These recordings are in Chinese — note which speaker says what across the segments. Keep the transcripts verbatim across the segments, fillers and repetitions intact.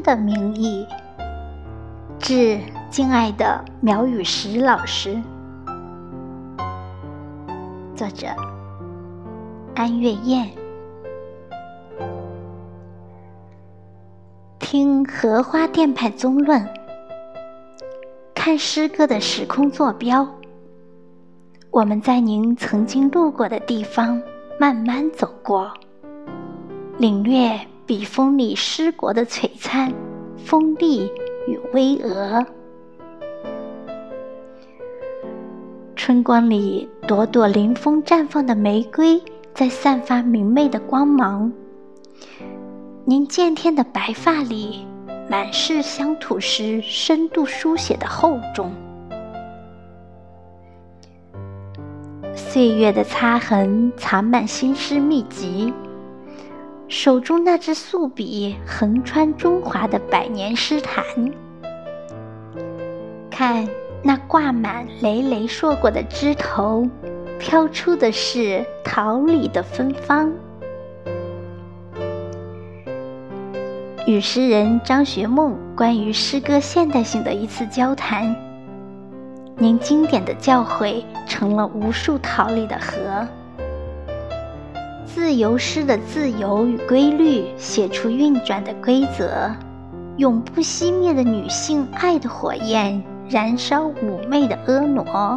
Speaker 1: 的名义，致敬爱的苗雨石老师。作者安月燕。听荷花电派综论，看诗歌的时空坐标，我们在您曾经路过的地方慢慢走过，领略笔锋里诗国的璀璨、锋利与巍峨。春光里朵朵临风绽放的玫瑰在散发明媚的光芒，您渐天的白发里满是乡土诗深度书写的厚重。岁月的擦痕藏满新诗秘籍，手中那支素笔横穿中华的百年诗坛。看那挂满累累硕果的枝头，飘出的是桃李的芬芳。与诗人张学梦关于诗歌现代性的一次交谈，您经典的教诲成了无数桃李的河。自由诗的自由与规律写出运转的规则，永不熄灭的女性爱的火焰燃烧妩媚的婀娜。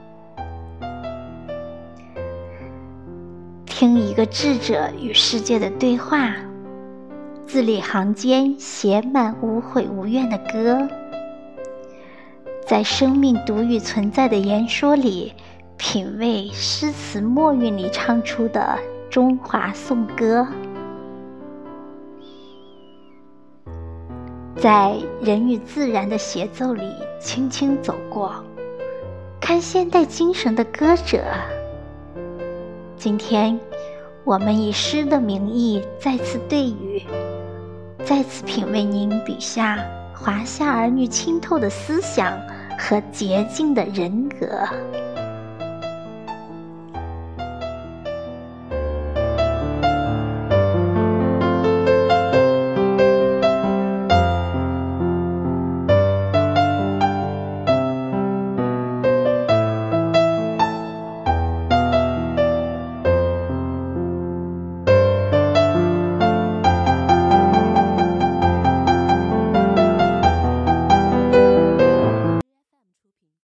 Speaker 1: 听一个智者与世界的对话，字里行间写满无悔无怨的歌，在生命独语存在的言说里，品味诗词墨韵里唱出的中华颂歌。在人与自然的协奏里轻轻走过，看现代精神的歌者。今天我们以诗的名义再次对语，再次品味您笔下华夏儿女清透的思想和洁净的人格。